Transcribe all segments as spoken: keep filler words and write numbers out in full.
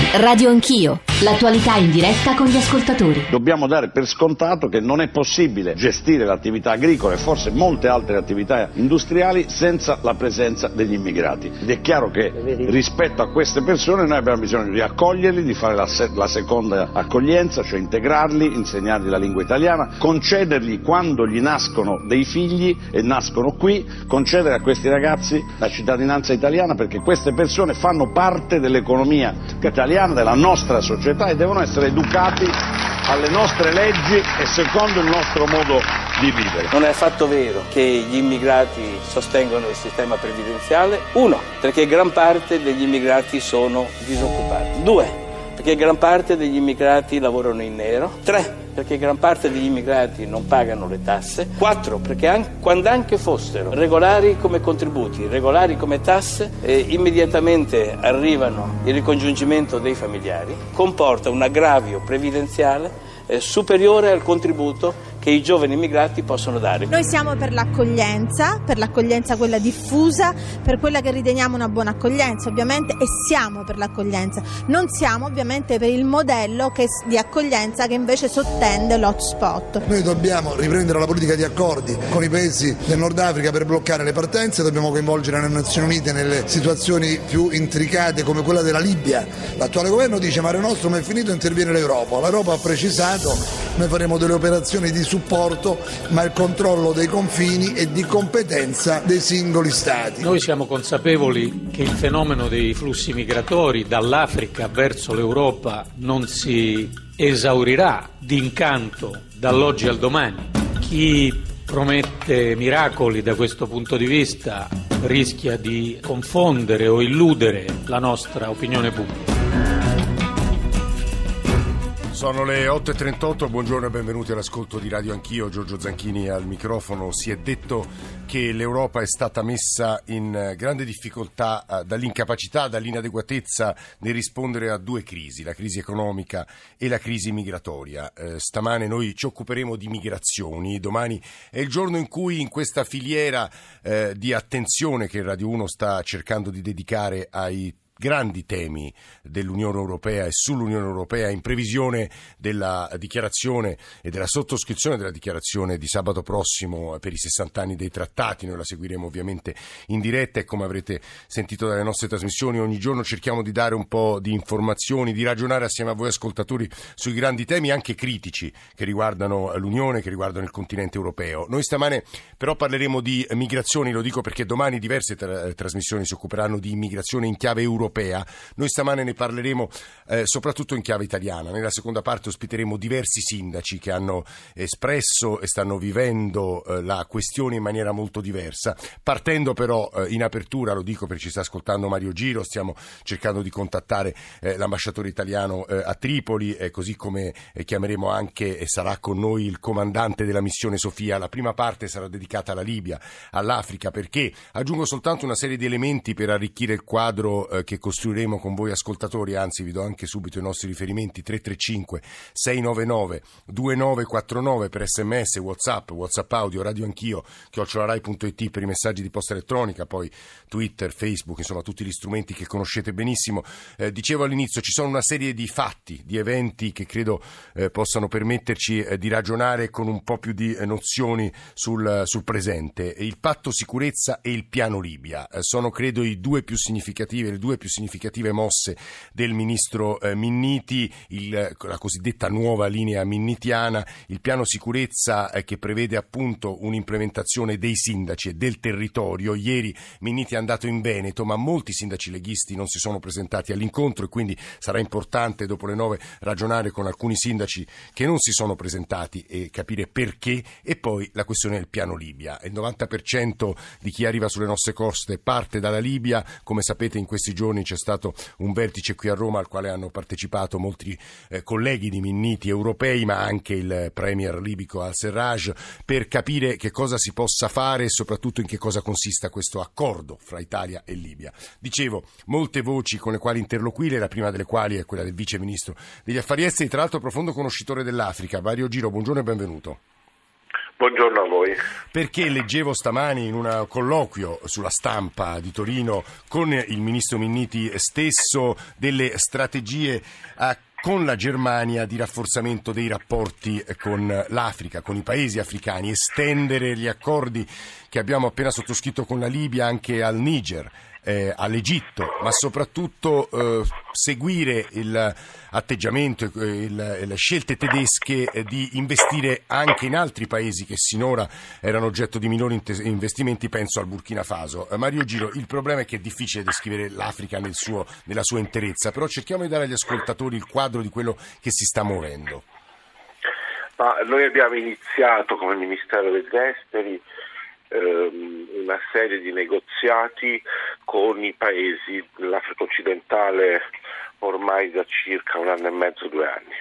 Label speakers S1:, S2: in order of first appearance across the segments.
S1: Radio Anch'io, l'attualità in diretta con gli ascoltatori.
S2: Dobbiamo dare per scontato che non è possibile gestire l'attività agricola e forse molte altre attività industriali senza la presenza degli immigrati. Ed è chiaro che rispetto a queste persone noi abbiamo bisogno di accoglierli, di fare la, se- la seconda accoglienza, cioè integrarli, insegnargli la lingua italiana, concedergli quando gli nascono dei figli e nascono qui, concedere a questi ragazzi la cittadinanza italiana, perché queste persone fanno parte dell'economia italiana, della nostra società, e devono essere educati alle nostre leggi e secondo il nostro modo di vivere.
S3: Non è affatto vero che gli immigrati sostengono il sistema previdenziale. Uno, perché gran parte degli immigrati sono disoccupati. Due, perché gran parte degli immigrati lavorano in nero. Tre, perché gran parte degli immigrati non pagano le tasse. Quattro, perché anche, quando anche fossero regolari come contributi, regolari come tasse, eh, immediatamente arrivano il ricongiungimento dei familiari, comporta un aggravio previdenziale eh, superiore al contributo che i giovani immigrati possono dare.
S4: Noi siamo per l'accoglienza, per l'accoglienza quella diffusa, per quella che riteniamo una buona accoglienza, ovviamente, e siamo per l'accoglienza. Non siamo ovviamente per il modello che, di accoglienza che invece sottende l'hotspot.
S5: Noi dobbiamo riprendere la politica di accordi con i paesi del Nord Africa per bloccare le partenze, dobbiamo coinvolgere le Nazioni Unite nelle situazioni più intricate come quella della Libia. L'attuale governo dice Mare Nostrum è finito, interviene l'Europa. L'Europa ha precisato, noi faremo delle operazioni di supporto, ma il controllo dei confini è di competenza dei singoli stati.
S6: Noi siamo consapevoli che il fenomeno dei flussi migratori dall'Africa verso l'Europa non si esaurirà d'incanto dall'oggi al domani. Chi promette miracoli da questo punto di vista rischia di confondere o illudere la nostra opinione pubblica.
S7: Sono le otto e trentotto, buongiorno e benvenuti all'ascolto di Radio Anch'io, Giorgio Zanchini al microfono. Si è detto che l'Europa è stata messa in grande difficoltà eh, dall'incapacità, dall'inadeguatezza nel rispondere a due crisi, la crisi economica e la crisi migratoria. Eh, stamane noi ci occuperemo di migrazioni, domani è il giorno in cui in questa filiera eh, di attenzione che Radio uno sta cercando di dedicare ai grandi temi dell'Unione Europea e sull'Unione Europea, in previsione della dichiarazione e della sottoscrizione della dichiarazione di sabato prossimo per i sessanta anni dei trattati. Noi la seguiremo ovviamente in diretta e, come avrete sentito dalle nostre trasmissioni, ogni giorno cerchiamo di dare un po' di informazioni, di ragionare assieme a voi ascoltatori sui grandi temi anche critici che riguardano l'Unione, che riguardano il continente europeo. Noi stamane però parleremo di migrazioni, lo dico perché domani diverse tra- trasmissioni si occuperanno di immigrazione in chiave europea. Noi stamane ne parleremo eh, soprattutto in chiave italiana. Nella seconda parte ospiteremo diversi sindaci che hanno espresso e stanno vivendo eh, la questione in maniera molto diversa, partendo però eh, in apertura, lo dico perché ci sta ascoltando Mario Giro, stiamo cercando di contattare eh, l'ambasciatore italiano eh, a Tripoli, eh, così come eh, chiameremo anche e sarà con noi il comandante della missione Sofia. La prima parte sarà dedicata alla Libia, all'Africa, perché aggiungo soltanto una serie di elementi per arricchire il quadro eh, che costruiremo con voi ascoltatori, anzi vi do anche subito i nostri riferimenti: tre tre cinque sei nove nove due nove quattro nove per sms, whatsapp, whatsapp audio, radio anch'io, chiocciolarai punto it per i messaggi di posta elettronica, poi Twitter, Facebook, insomma tutti gli strumenti che conoscete benissimo. Eh, dicevo all'inizio, ci sono una serie di fatti, di eventi che credo eh, possano permetterci eh, di ragionare con un po' più di eh, nozioni sul, sul presente. Il patto sicurezza e il piano Libia eh, sono credo i due più significativi, le due più significative mosse del ministro eh, Minniti, il, la cosiddetta nuova linea minnitiana, il piano sicurezza eh, che prevede appunto un'implementazione dei sindaci e del territorio. Ieri Minniti è andato in Veneto, ma molti sindaci leghisti non si sono presentati all'incontro e quindi sarà importante dopo le nove ragionare con alcuni sindaci che non si sono presentati e capire perché. E poi la questione del piano Libia. Il novanta per cento di chi arriva sulle nostre coste parte dalla Libia, come sapete in questi giorni c'è stato un vertice qui a Roma al quale hanno partecipato molti eh, colleghi di Minniti europei, ma anche il premier libico al-Serraj, per capire che cosa si possa fare e soprattutto in che cosa consista questo accordo fra Italia e Libia. Dicevo, molte voci con le quali interloquire, la prima delle quali è quella del vice ministro degli affari esteri, tra l'altro profondo conoscitore dell'Africa, Mario Giro. Buongiorno e benvenuto.
S8: Buongiorno a voi.
S7: Perché leggevo stamani in un colloquio sulla Stampa di Torino con il ministro Minniti stesso delle strategie a con la Germania di rafforzamento dei rapporti con l'Africa, con i paesi africani, estendere gli accordi che abbiamo appena sottoscritto con la Libia anche al Niger, eh, all'Egitto, ma soprattutto eh, seguire l'atteggiamento e eh, le scelte tedesche eh, di investire anche in altri paesi che sinora erano oggetto di minori investimenti, penso al Burkina Faso. Eh, Mario Giro, il problema è che è difficile descrivere l'Africa nel suo, nella sua interezza, però cerchiamo di dare agli ascoltatori il quadro di quello che si sta muovendo.
S8: Ma noi abbiamo iniziato come Ministero degli Esteri una serie di negoziati con i paesi dell'Africa occidentale ormai da circa un anno e mezzo, due anni.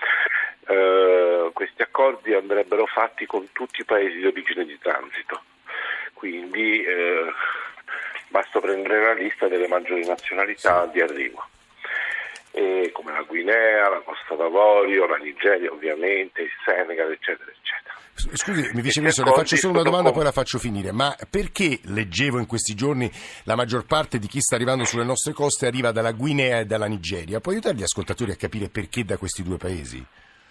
S8: Uh, questi accordi andrebbero fatti con tutti i paesi di origine e di transito, quindi uh, basta prendere la lista delle maggiori nazionalità di arrivo, e come la Guinea, la Costa d'Avorio, la Nigeria ovviamente, il Senegal, eccetera, eccetera.
S7: Scusi, mi vice ministro, le faccio solo una domanda, poi la faccio finire. Ma perché leggevo in questi giorni la maggior parte di chi sta arrivando sulle nostre coste arriva dalla Guinea e dalla Nigeria? Può aiutare gli ascoltatori a capire perché da questi due paesi?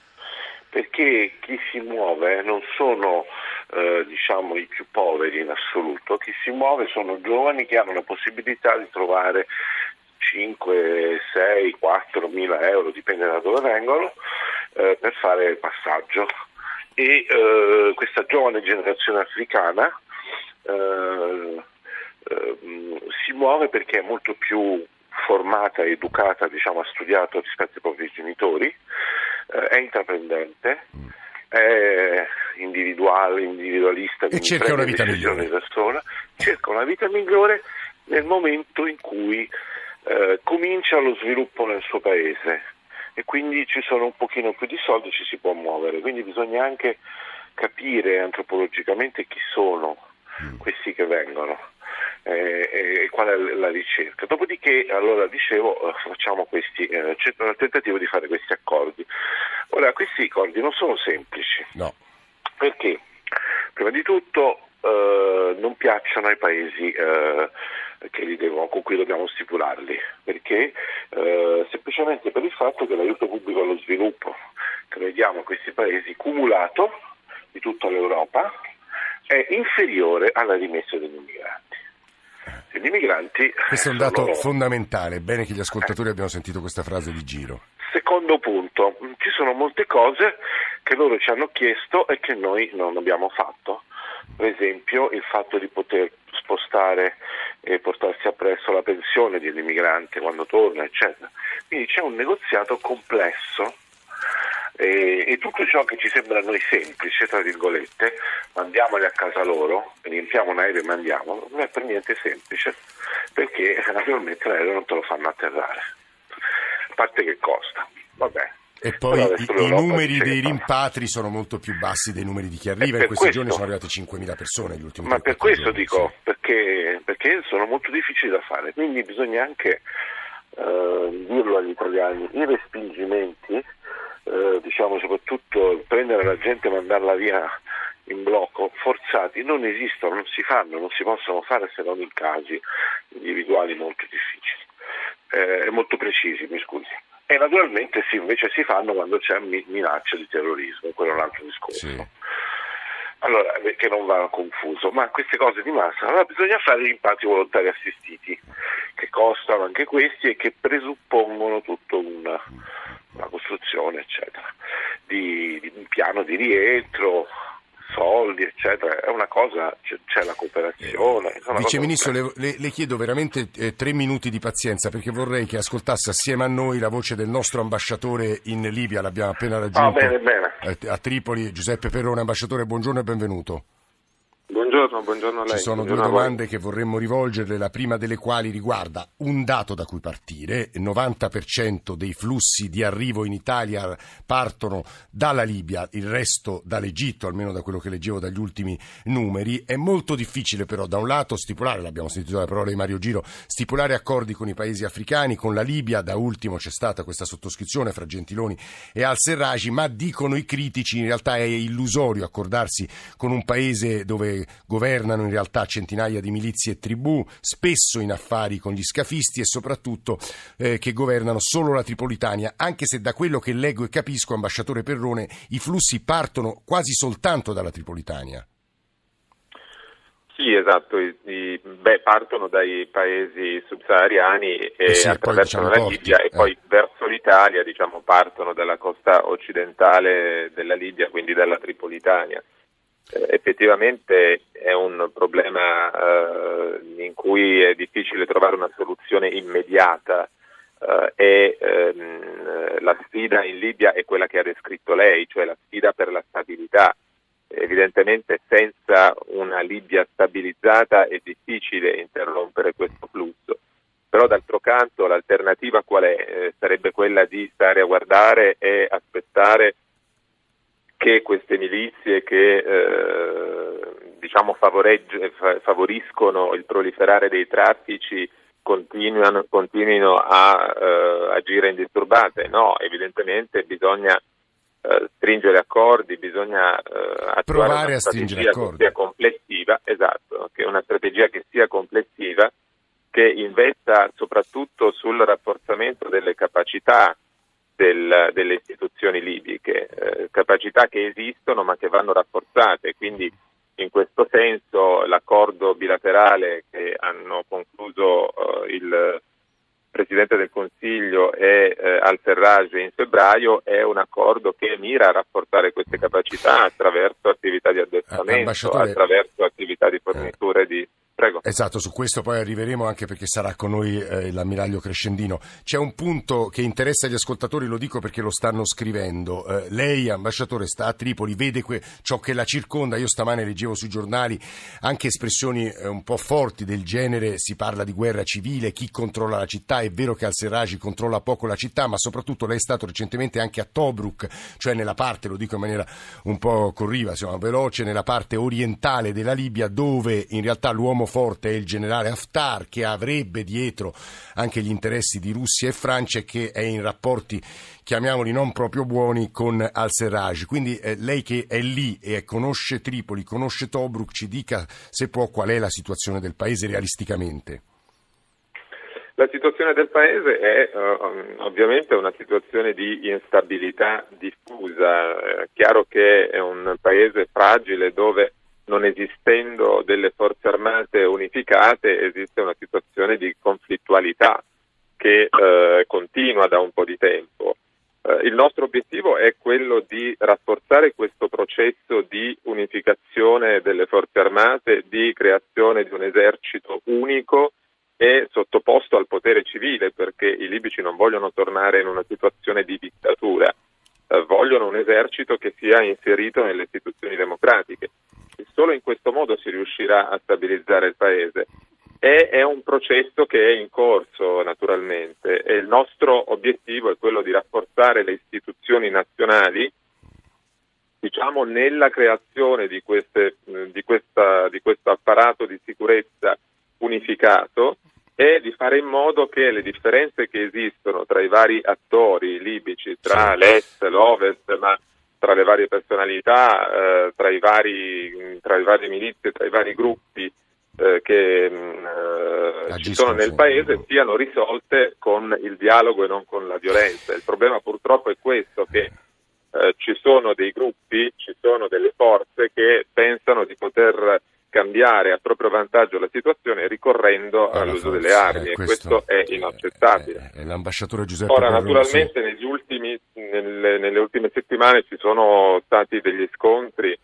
S8: Perché chi si muove non sono eh, diciamo i più poveri in assoluto, chi si muove sono giovani che hanno la possibilità di trovare cinque, sei, quattro mila euro, dipende da dove vengono, eh, per fare il passaggio. E eh, questa giovane generazione africana eh, eh, si muove perché è molto più formata, educata, diciamo, ha studiato rispetto ai propri genitori, eh, è intraprendente, è individuale, individualista,
S7: e cerca una vita migliore.
S8: Da sola, cerca una vita migliore nel momento in cui eh, comincia lo sviluppo nel suo paese. E quindi ci sono un pochino più di soldi, ci si può muovere, quindi bisogna anche capire antropologicamente chi sono questi che vengono eh, e qual è la ricerca. Dopodiché, allora dicevo, facciamo questi, eh, c'è un tentativo di fare questi accordi. Ora, questi accordi non sono semplici,
S7: no.
S8: Perché prima di tutto eh, non piacciono ai paesi eh, che li devono, con cui dobbiamo stipularli, perché eh, semplicemente per il fatto che l'aiuto pubblico allo sviluppo che noi diamo a questi paesi cumulato di tutta l'Europa è inferiore alla rimessa degli immigranti. E gli immigranti
S7: questo è un
S8: sono...
S7: dato fondamentale, bene che gli ascoltatori abbiano sentito questa frase di Giro.
S8: Secondo punto, ci sono molte cose che loro ci hanno chiesto e che noi non abbiamo fatto. Per esempio il fatto di poter spostare e portarsi appresso la pensione dell'immigrante quando torna, eccetera. Quindi c'è un negoziato complesso e, e tutto ciò che ci sembra a noi semplice, tra virgolette, mandiamoli a casa loro, riempiamo un aereo e mandiamolo, non è per niente semplice, perché naturalmente l'aereo non te lo fanno atterrare, a parte che costa, vabbè.
S7: E poi i, i numeri dei rimpatri sono molto più bassi dei numeri di chi arriva. In questi questo, giorni sono arrivate cinquemila persone gli ultimi
S8: Ma per questo
S7: giorni,
S8: dico,
S7: sì.
S8: perché, perché sono molto difficili da fare, quindi bisogna anche eh, dirlo agli italiani, i respingimenti, eh, diciamo soprattutto prendere la gente e mandarla via in blocco, forzati, non esistono, non si fanno, non si possono fare se non in casi individuali molto difficili, eh, molto precisi, mi scusi. E naturalmente sì, invece si fanno quando c'è minaccia di terrorismo, quello è un altro discorso.
S7: Sì.
S8: Allora, che non va confuso, ma queste cose di massa, allora bisogna fare gli rimpatri volontari assistiti, che costano anche questi e che presuppongono tutta una, una costruzione, eccetera, di, di un piano di rientro, soldi, eccetera. È una cosa, c'è, c'è la cooperazione.
S7: Vice Ministro, le, le, le chiedo veramente eh, tre minuti di pazienza, perché vorrei che ascoltasse assieme a noi la voce del nostro ambasciatore in Libia, l'abbiamo appena raggiunto.
S8: Ah, bene, bene.
S7: A Tripoli, Giuseppe Perrone. Ambasciatore, buongiorno e benvenuto.
S9: Buongiorno, buongiorno a lei.
S7: Ci sono
S9: buongiorno
S7: due domande che vorremmo rivolgerle, la prima delle quali riguarda un dato da cui partire. Il novanta per cento dei flussi di arrivo in Italia partono dalla Libia, il resto dall'Egitto, almeno da quello che leggevo dagli ultimi numeri. È molto difficile però da un lato stipulare, l'abbiamo sentito dalle parole di Mario Giro, stipulare accordi con i paesi africani, con la Libia. Da ultimo c'è stata questa sottoscrizione fra Gentiloni e al-Serraj, ma dicono i critici in realtà è illusorio accordarsi con un paese dove governano in realtà centinaia di milizie e tribù, spesso in affari con gli scafisti e soprattutto eh, che governano solo la Tripolitania, anche se da quello che leggo e capisco, ambasciatore Perrone, i flussi partono quasi soltanto dalla Tripolitania.
S9: Sì, esatto, I, i, beh, partono dai paesi subsahariani e
S7: eh sì,
S9: attraversano
S7: poi, diciamo,
S9: la Libia
S7: porti,
S9: e poi
S7: eh.
S9: verso l'Italia, diciamo, partono dalla costa occidentale della Libia, quindi dalla Tripolitania. Eh, effettivamente è un problema eh, in cui è difficile trovare una soluzione immediata eh, e ehm, la sfida in Libia è quella che ha descritto lei, cioè la sfida per la stabilità. Evidentemente senza una Libia stabilizzata è difficile interrompere questo flusso, però d'altro canto l'alternativa qual è? Eh, sarebbe quella di stare a guardare e aspettare che queste milizie che eh, diciamo favoregge, favoriscono il proliferare dei traffici continuano, continuino a eh, agire indisturbate. No, evidentemente bisogna eh, stringere accordi, bisogna eh, attuare
S7: provare
S9: una
S7: a
S9: strategia
S7: accordi.
S9: che sia complessiva, esatto, che è una strategia che sia complessiva, che investa soprattutto sul rafforzamento delle capacità Del, delle istituzioni libiche, eh, capacità che esistono ma che vanno rafforzate, quindi in questo senso l'accordo bilaterale che hanno concluso eh, il Presidente del Consiglio e eh, al-Serraj in febbraio è un accordo che mira a rafforzare queste capacità attraverso attività di addestramento, attraverso attività di forniture di... Prego.
S7: Esatto, su questo poi arriveremo anche perché sarà con noi eh, l'ammiraglio Crescendino. C'è un punto che interessa gli ascoltatori, lo dico perché lo stanno scrivendo. Eh, lei, ambasciatore, sta a Tripoli, vede que- ciò che la circonda. Io stamane leggevo sui giornali anche espressioni eh, un po' forti del genere, si parla di guerra civile, chi controlla la città. È vero che al-Serraj controlla poco la città, ma soprattutto lei è stato recentemente anche a Tobruk, cioè nella parte, lo dico in maniera un po' corriva, insomma, veloce, nella parte orientale della Libia, dove in realtà l'uomo forte è il generale Haftar, che avrebbe dietro anche gli interessi di Russia e Francia e che è in rapporti, chiamiamoli, non proprio buoni con al-Serraj. Quindi eh, lei che è lì e conosce Tripoli, conosce Tobruk, ci dica se può qual è la situazione del paese realisticamente.
S9: La situazione del paese è uh, ovviamente una situazione di instabilità diffusa. È chiaro che è un paese fragile dove, non esistendo delle forze armate unificate, esiste una situazione di conflittualità che eh, continua da un po' di tempo. Eh, il nostro obiettivo è quello di rafforzare questo processo di unificazione delle forze armate, di creazione di un esercito unico e sottoposto al potere civile, perché i libici non vogliono tornare in una situazione di dittatura, eh, vogliono un esercito che sia inserito nelle istituzioni democratiche. Solo in questo modo si riuscirà a stabilizzare il paese. E è un processo che è in corso, naturalmente, e il nostro obiettivo è quello di rafforzare le istituzioni nazionali, diciamo, nella creazione di, queste, di, questa, di questo apparato di sicurezza unificato e di fare in modo che le differenze che esistono tra i vari attori libici, tra l'est, l'ovest, ma tra le varie personalità, eh, tra i vari, tra le varie milizie, tra i vari gruppi eh, che eh, ci sono nel paese, siano risolte con il dialogo e non con la violenza. Il problema purtroppo è questo, che eh, ci sono dei gruppi, ci sono delle forze che pensano di poter cambiare a proprio vantaggio la situazione ricorrendo allora, all'uso forse, delle armi eh, questo e questo è inaccettabile.
S7: È, è l'ambasciatore Giuseppe
S9: Ora,
S7: Perrone,
S9: naturalmente
S7: sì.
S9: negli ultimi, nelle, nelle ultime settimane ci sono stati degli scontri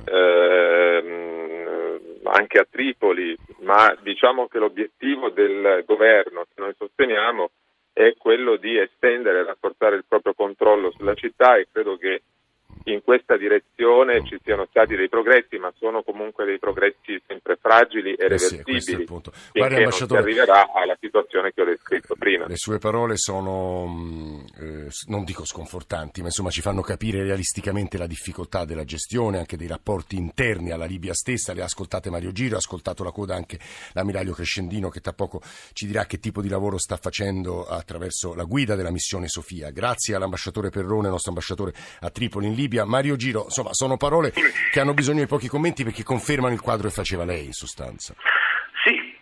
S9: ehm, anche a Tripoli, ma diciamo che l'obiettivo del governo che noi sosteniamo è quello di estendere e rafforzare il proprio controllo sulla città, e credo che in questa direzione ci siano stati dei progressi, ma sono comunque dei progressi sempre fragili e reversibili,
S7: eh sì, punto.
S9: Guardi, non si arriverà alla situazione che ho descritto prima.
S7: Le sue parole sono, eh, non dico sconfortanti, ma insomma ci fanno capire realisticamente la difficoltà della gestione, anche dei rapporti interni alla Libia stessa. Le ha ascoltate Mario Giro, ha ascoltato la coda anche l'ammiraglio Crescendino, che tra poco ci dirà che tipo di lavoro sta facendo attraverso la guida della missione Sofia. Grazie all'ambasciatore Perrone, nostro ambasciatore a Tripoli in Libia. Mario Giro, insomma, sono parole che hanno bisogno di pochi commenti perché confermano il quadro che faceva lei in sostanza.
S8: Sì,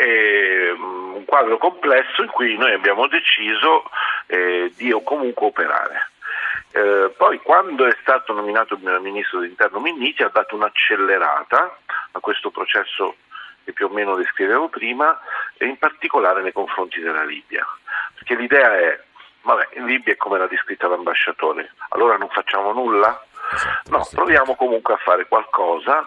S8: è un quadro complesso in cui noi abbiamo deciso eh, di comunque operare. Eh, poi quando è stato nominato il ministro dell'interno Minniti ha dato un'accelerata a questo processo che più o meno descrivevo prima, e in particolare nei confronti della Libia, perché l'idea è: vabbè, in Libia è come l'ha descritta l'ambasciatore, allora non facciamo nulla? No, proviamo comunque a fare qualcosa,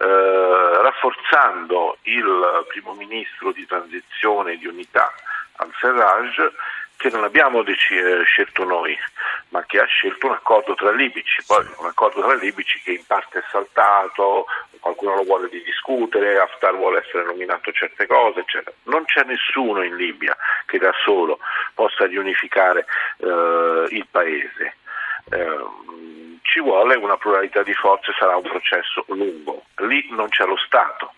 S8: eh, rafforzando il primo ministro di transizione e di unità al-Serraj, che non abbiamo dec- scelto noi, ma che ha scelto un accordo tra libici, poi un accordo tra libici che in parte è saltato, qualcuno lo vuole discutere, Haftar vuole essere nominato certe cose, eccetera. Non c'è nessuno in Libia che da solo possa riunificare eh, il paese. Eh, ci vuole una pluralità di forze, sarà un processo lungo. Lì non c'è lo Stato,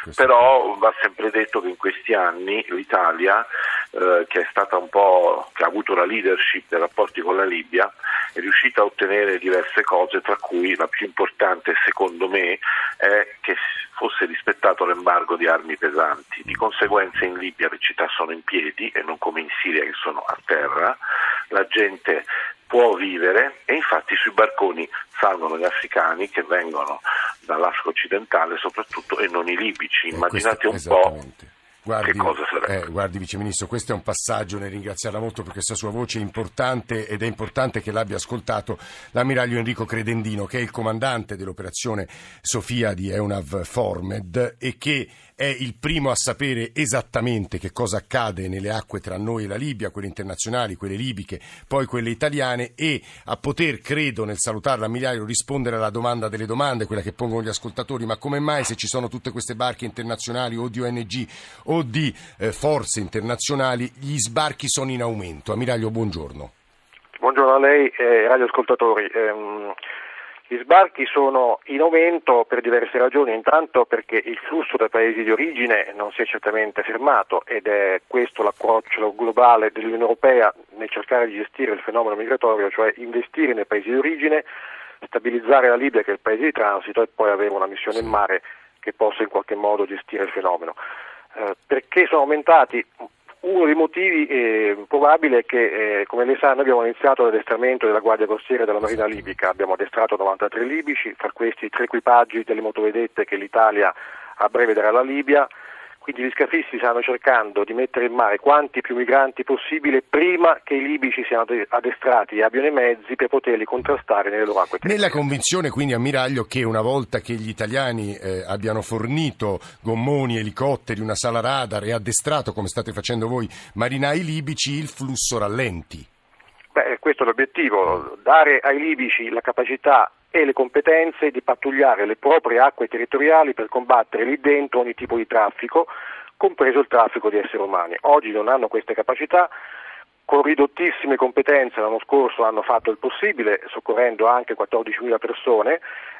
S8: però va sempre detto che in questi anni l'Italia, eh, che è stata un po', che ha avuto la leadership dei rapporti con la Libia, è riuscita a ottenere diverse cose, tra cui la più importante secondo me è che fosse rispettato l'embargo di armi pesanti. Di conseguenza in Libia le città sono in piedi e non come in Siria che sono a terra, la gente può vivere e infatti sui barconi salgono gli africani che vengono dall'Africa occidentale soprattutto e non i libici. Immaginate un po'.
S7: Guardi,
S8: che cosa sarebbe?
S7: Eh, guardi Vice Ministro, questo è un passaggio, nel ringraziarla molto per questa sua voce importante, ed è importante che l'abbia ascoltato l'ammiraglio Enrico Credendino, che è il comandante dell'operazione Sofia di EUNAV Formed e che è il primo a sapere esattamente che cosa accade nelle acque tra noi e la Libia, quelle internazionali, quelle libiche, poi quelle italiane, e a poter, credo, nel salutare l'ammiraglio, rispondere alla domanda delle domande, quella che pongono gli ascoltatori: ma come mai, se ci sono tutte queste barche internazionali o di O N G o di eh, forze internazionali, gli sbarchi sono in aumento? Ammiraglio, buongiorno.
S10: Buongiorno a lei e radioascoltatori. Ehm, Gli sbarchi sono in aumento per diverse ragioni, intanto perché il flusso dai paesi di origine non si è certamente fermato, ed è questo l'approccio globale dell'Unione Europea nel cercare di gestire il fenomeno migratorio, cioè investire nei paesi di origine, stabilizzare la Libia che è il paese di transito e poi avere una missione in mare che possa in qualche modo gestire il fenomeno. Eh, perché sono aumentati? Uno dei motivi eh, probabile è che, eh, come lei sa, noi abbiamo iniziato l'addestramento della Guardia Costiera e della Marina Libica, abbiamo addestrato novantatré libici, fra questi tre equipaggi delle motovedette che l'Italia a breve darà alla Libia, quindi gli scafisti stanno cercando di mettere in mare quanti più migranti possibile prima che i libici siano addestrati e abbiano i mezzi per poterli contrastare nelle loro acque territoriali.
S7: Nella convinzione, quindi, ammiraglio, che una volta che gli italiani eh, abbiano fornito gommoni, elicotteri, una sala radar e addestrato, come state facendo voi, marinai libici, il flusso rallenti?
S10: Beh, questo è l'obiettivo, dare ai libici la capacità e le competenze di pattugliare le proprie acque territoriali per combattere lì dentro ogni tipo di traffico, compreso il traffico di esseri umani. Oggi non hanno queste capacità, con ridottissime competenze l'anno scorso hanno fatto il possibile, soccorrendo anche quattordicimila persone.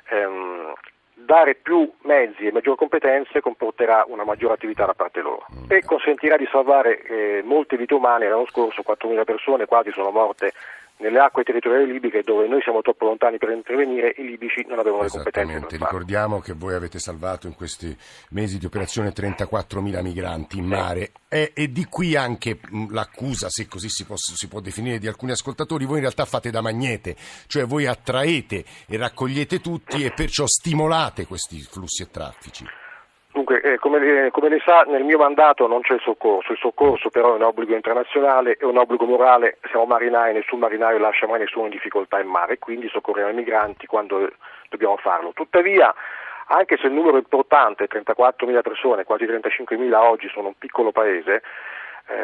S10: Ehm, dare più mezzi e maggiori competenze comporterà una maggiore attività da parte loro e consentirà di salvare eh, molte vite umane. L'anno scorso quattromila persone quasi sono morte nelle acque territoriali libiche, dove noi siamo troppo lontani per intervenire, i libici non avevano le competenze per farlo.
S7: Ricordiamo che voi avete salvato in questi mesi di operazione trentaquattromila migranti in mare, e, e di qui anche mh, l'accusa, se così si può, si può definire, di alcuni ascoltatori: voi in realtà fate da magnete, cioè voi attraete e raccogliete tutti e perciò stimolate questi flussi e traffici.
S10: Dunque, eh, come, eh, come lei sa, nel mio mandato non c'è il soccorso, il soccorso però è un obbligo internazionale, è un obbligo morale, siamo marinai, nessun marinaio lascia mai nessuno in difficoltà in mare, quindi soccorriamo i migranti quando dobbiamo farlo. Tuttavia, anche se il numero è importante, trentaquattromila persone, quasi trentacinquemila oggi, sono un piccolo paese, eh,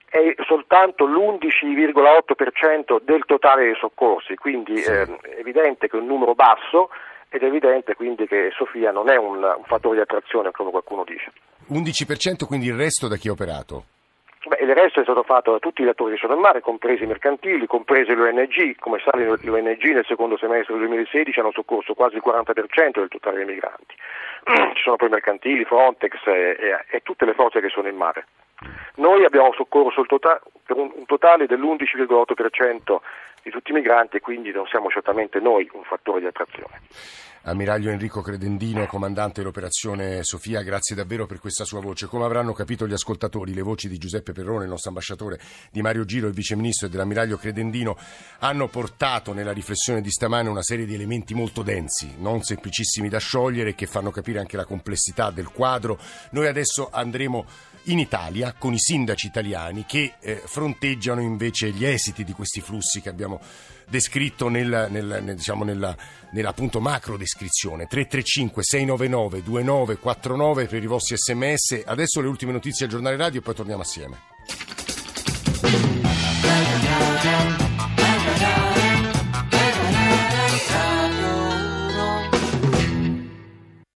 S10: è soltanto l'undici virgola otto per cento del totale dei soccorsi, quindi sì. eh, è evidente che è un numero basso ed è evidente quindi che Sofia non è un, un fattore di attrazione come qualcuno dice.
S7: undici per cento, quindi il resto da chi è operato?
S10: Beh, il resto è stato fatto da tutti gli attori che sono in mare, compresi i mercantili, compresi l'O N G. Come sa, l'O N G nel secondo semestre del duemilasedici hanno soccorso quasi il quaranta per cento del totale dei migranti. Ci sono poi i mercantili, Frontex e, e, e tutte le forze che sono in mare. Noi abbiamo soccorso il tota- per un, un totale dell'undici virgola otto per cento di tutti i migranti e quindi non siamo certamente noi un fattore di attrazione.
S7: Ammiraglio Enrico Credendino, comandante dell'operazione Sofia, grazie davvero per questa sua voce. Come avranno capito gli ascoltatori, le voci di Giuseppe Perrone, il nostro ambasciatore, di Mario Giro, il viceministro, e dell'ammiraglio Credendino hanno portato nella riflessione di stamane una serie di elementi molto densi, non semplicissimi da sciogliere, che fanno capire anche la complessità del quadro. Noi adesso andremo in Italia con i sindaci italiani che eh, fronteggiano invece gli esiti di questi flussi che abbiamo descritto nel, nel, nel, diciamo nella, nella appunto macro descrizione. Tre tre cinque sei nove nove due nove quattro nove per i vostri sms. Adesso le ultime notizie al giornale radio e poi torniamo assieme.